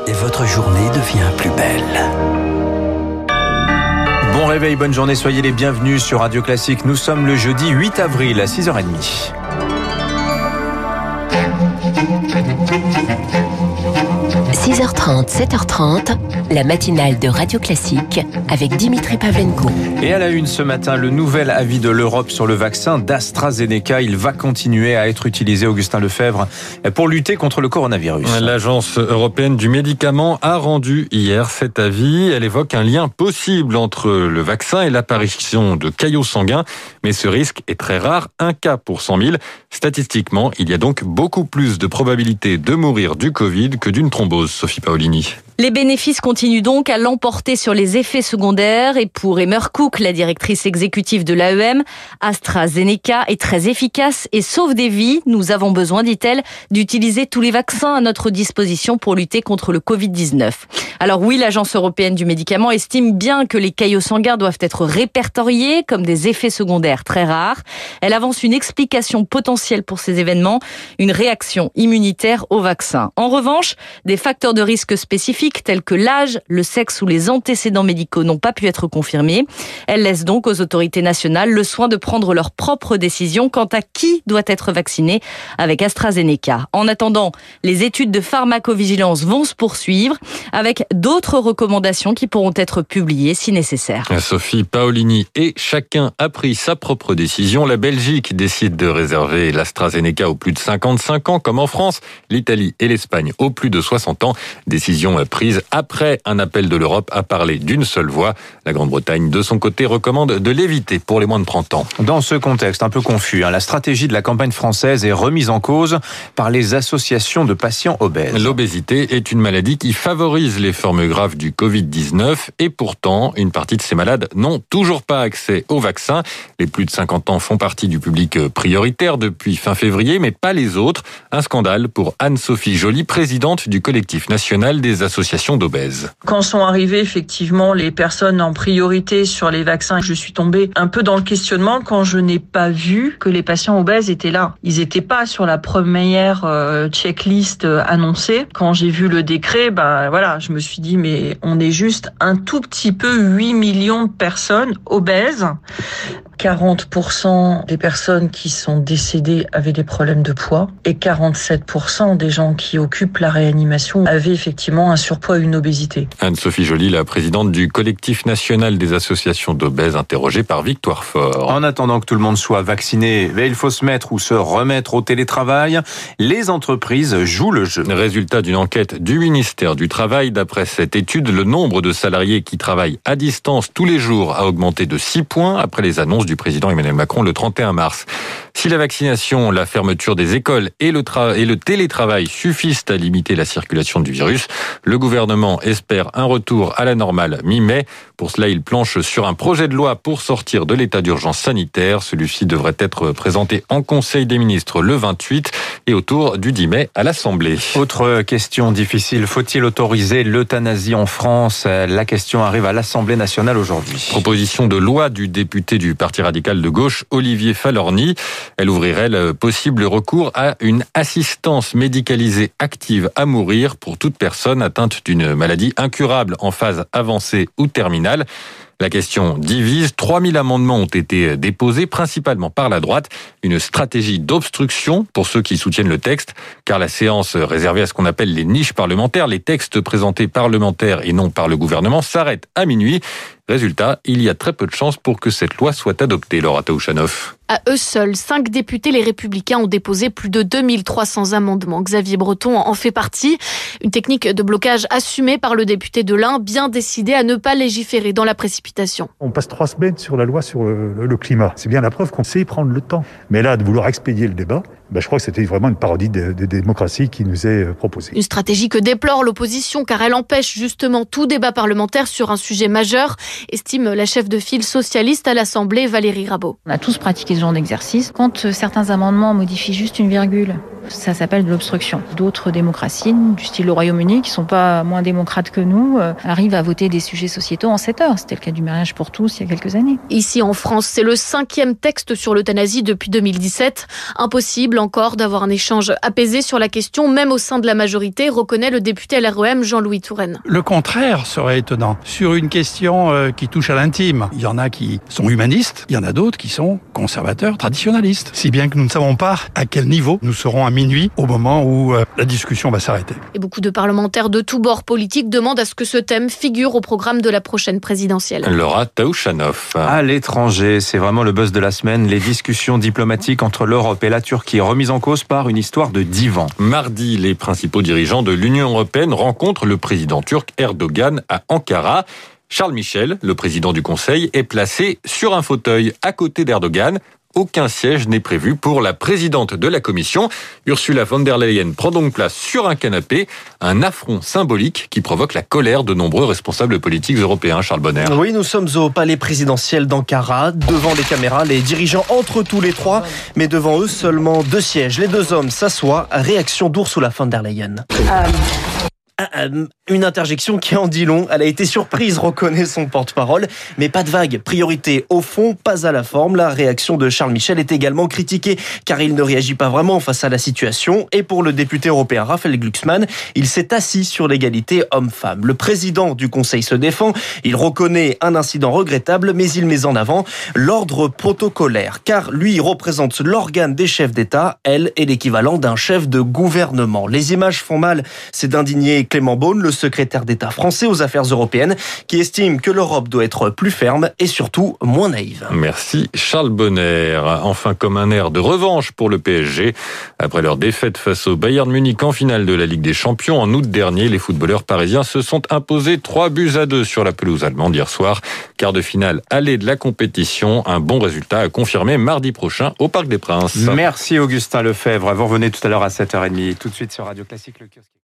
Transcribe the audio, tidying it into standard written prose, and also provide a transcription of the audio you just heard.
et votre journée devient plus belle. Bon réveil, bonne journée, soyez les bienvenus sur Radio Classique. Nous sommes le jeudi 8 avril à 6h30. « 6h30, 7h30, la matinale de Radio Classique avec Dimitri Pavlenko. » Et à la une ce matin, le nouvel avis de l'Europe sur le vaccin d'AstraZeneca. Il va continuer à être utilisé, Augustin Lefebvre, pour lutter contre le coronavirus. L'Agence européenne du médicament a rendu hier cet avis. Elle évoque un lien possible entre le vaccin et l'apparition de caillots sanguins. Mais ce risque est très rare, 1 cas pour 100 000. Statistiquement, il y a donc beaucoup plus de probabilité de mourir du Covid que d'une thrombose, Sophie Paolini. Les bénéfices continuent donc à l'emporter sur les effets secondaires. Et pour Emer Cook, la directrice exécutive de l'AEM, AstraZeneca est très efficace et sauve des vies. Nous avons besoin, dit-elle, d'utiliser tous les vaccins à notre disposition pour lutter contre le Covid-19. Alors oui, l'Agence européenne du médicament estime bien que les caillots sanguins doivent être répertoriés comme des effets secondaires très rares. Elle avance une explication potentielle pour ces événements, une réaction immunitaire au vaccin. En revanche, des facteurs de risque spécifiques tels que l'âge, le sexe ou les antécédents médicaux n'ont pas pu être confirmés. Elle laisse donc aux autorités nationales le soin de prendre leurs propres décisions quant à qui doit être vacciné avec AstraZeneca. En attendant, les études de pharmacovigilance vont se poursuivre avec d'autres recommandations qui pourront être publiées si nécessaire. Sophie Paolini, et chacun a pris sa propre décision. La Belgique décide de réserver l'AstraZeneca aux plus de 55 ans, comme en France. L'Italie et l'Espagne aux plus de 60 ans. Décision prise après un appel de l'Europe à parler d'une seule voix. La Grande-Bretagne, de son côté, recommande de l'éviter pour les moins de 30 ans. Dans ce contexte un peu confus, la stratégie de la campagne française est remise en cause par les associations de patients obèses. L'obésité est une maladie qui favorise les formes graves du Covid-19 et pourtant, une partie de ces malades n'ont toujours pas accès au vaccin. Les plus de 50 ans font partie du public prioritaire depuis fin février, mais pas les autres. Un scandale pour Anne-Sophie Joly, présidente du collectif national des associations d'obèses. Quand sont arrivées effectivement les personnes en priorité sur les vaccins, je suis tombée un peu dans le questionnement quand je n'ai pas vu que les patients obèses étaient là. Ils n'étaient pas sur la première checklist annoncée. Quand j'ai vu le décret, je me suis dit mais on est juste un tout petit peu 8 millions de personnes obèses. 40% des personnes qui sont décédées avaient des problèmes de poids et 47% des gens qui occupent la réanimation avaient effectivement un surpoids et une obésité. Anne-Sophie Joly, la présidente du collectif national des associations d'obèses, interrogée par Victoire Fort. En attendant que tout le monde soit vacciné, il faut se mettre ou se remettre au télétravail. Les entreprises jouent le jeu. Résultat d'une enquête du ministère du Travail. D'après cette étude, le nombre de salariés qui travaillent à distance tous les jours a augmenté de 6 points après les annonces du président Emmanuel Macron le 31 mars. Si la vaccination, la fermeture des écoles et le télétravail suffisent à limiter la circulation du virus, le gouvernement espère un retour à la normale mi-mai. Pour cela, il planche sur un projet de loi pour sortir de l'état d'urgence sanitaire. Celui-ci devrait être présenté en Conseil des ministres le 28 et autour du 10 mai à l'Assemblée. Autre question difficile, faut-il autoriser l'euthanasie en France ? La question arrive à l'Assemblée nationale aujourd'hui. Proposition de loi du député du Parti radical de gauche, Olivier Falorni. Elle ouvrirait le possible recours à une assistance médicalisée active à mourir pour toute personne atteinte d'une maladie incurable en phase avancée ou terminale. La question divise. 3000 amendements ont été déposés, principalement par la droite. Une stratégie d'obstruction pour ceux qui soutiennent le texte, car la séance réservée à ce qu'on appelle les niches parlementaires, les textes présentés parlementaires et non par le gouvernement, s'arrête à minuit. Résultat, il y a très peu de chances pour que cette loi soit adoptée, Laura Taouchanoff. À eux seuls, 5 députés, les Républicains, ont déposé plus de 2300 amendements. Xavier Breton en fait partie. Une technique de blocage assumée par le député de l'Ain, bien décidé à ne pas légiférer dans la précipitation. On passe 3 semaines sur la loi sur le climat. C'est bien la preuve qu'on sait prendre le temps. Mais là, de vouloir expédier le débat, je crois que c'était vraiment une parodie de démocratie qui nous est proposée. Une stratégie que déplore l'opposition car elle empêche justement tout débat parlementaire sur un sujet majeur, estime la chef de file socialiste à l'Assemblée, Valérie Rabault. On a tous pratiqué ce genre d'exercice. Quand certains amendements modifient juste une virgule, ça s'appelle de l'obstruction. D'autres démocraties, du style le Royaume-Uni, qui sont pas moins démocrates que nous, arrivent à voter des sujets sociétaux en 7 heures. C'était le cas du mariage pour tous il y a quelques années. Ici en France, c'est le 5e texte sur l'euthanasie depuis 2017. Impossible possible encore d'avoir un échange apaisé sur la question, même au sein de la majorité, reconnaît le député LREM Jean-Louis Touraine. Le contraire serait étonnant. Sur une question qui touche à l'intime, il y en a qui sont humanistes, il y en a d'autres qui sont conservateurs, traditionalistes. Si bien que nous ne savons pas à quel niveau nous serons à minuit au moment où la discussion va s'arrêter. Et beaucoup de parlementaires de tous bords politiques demandent à ce que ce thème figure au programme de la prochaine présidentielle. Laura Taouchanov. À l'étranger, c'est vraiment le buzz de la semaine. Les discussions diplomatiques entre l'Europe et la Turquie remises en cause par une histoire de divan. Mardi, les principaux dirigeants de l'Union européenne rencontrent le président turc Erdogan à Ankara. Charles Michel, le président du Conseil, est placé sur un fauteuil à côté d'Erdogan. Aucun siège n'est prévu pour la présidente de la Commission. Ursula von der Leyen prend donc place sur un canapé, un affront symbolique qui provoque la colère de nombreux responsables politiques européens. Charles Bonner. Oui, nous sommes au palais présidentiel d'Ankara. Devant les caméras, les dirigeants entrent tous les trois, mais devant eux, seulement 2 sièges. Les 2 hommes s'assoient. Réaction d'Ursula von der Leyen. Une interjection qui en dit long. Elle a été surprise, reconnaît son porte-parole. Mais pas de vague. Priorité au fond, pas à la forme. La réaction de Charles Michel est également critiquée, car il ne réagit pas vraiment face à la situation. Et pour le député européen Raphaël Glucksmann, il s'est assis sur l'égalité homme-femme. Le président du Conseil se défend. Il reconnaît un incident regrettable, mais il met en avant l'ordre protocolaire. Car lui représente l'organe des chefs d'État. Elle est l'équivalent d'un chef de gouvernement. Les images font mal. C'est d'indigner Clément Beaune, le secrétaire d'État français aux affaires européennes, qui estime que l'Europe doit être plus ferme et surtout moins naïve. Merci Charles Bonner. Enfin, comme un air de revanche pour le PSG. Après leur défaite face au Bayern Munich en finale de la Ligue des Champions en août dernier, les footballeurs parisiens se sont imposés 3-2 sur la pelouse allemande hier soir. Quart de finale aller de la compétition. Un bon résultat à confirmer mardi prochain au Parc des Princes. Merci Augustin Lefebvre. Vous revenez tout à l'heure à 7h30. Tout de suite sur Radio Classique, le kiosque.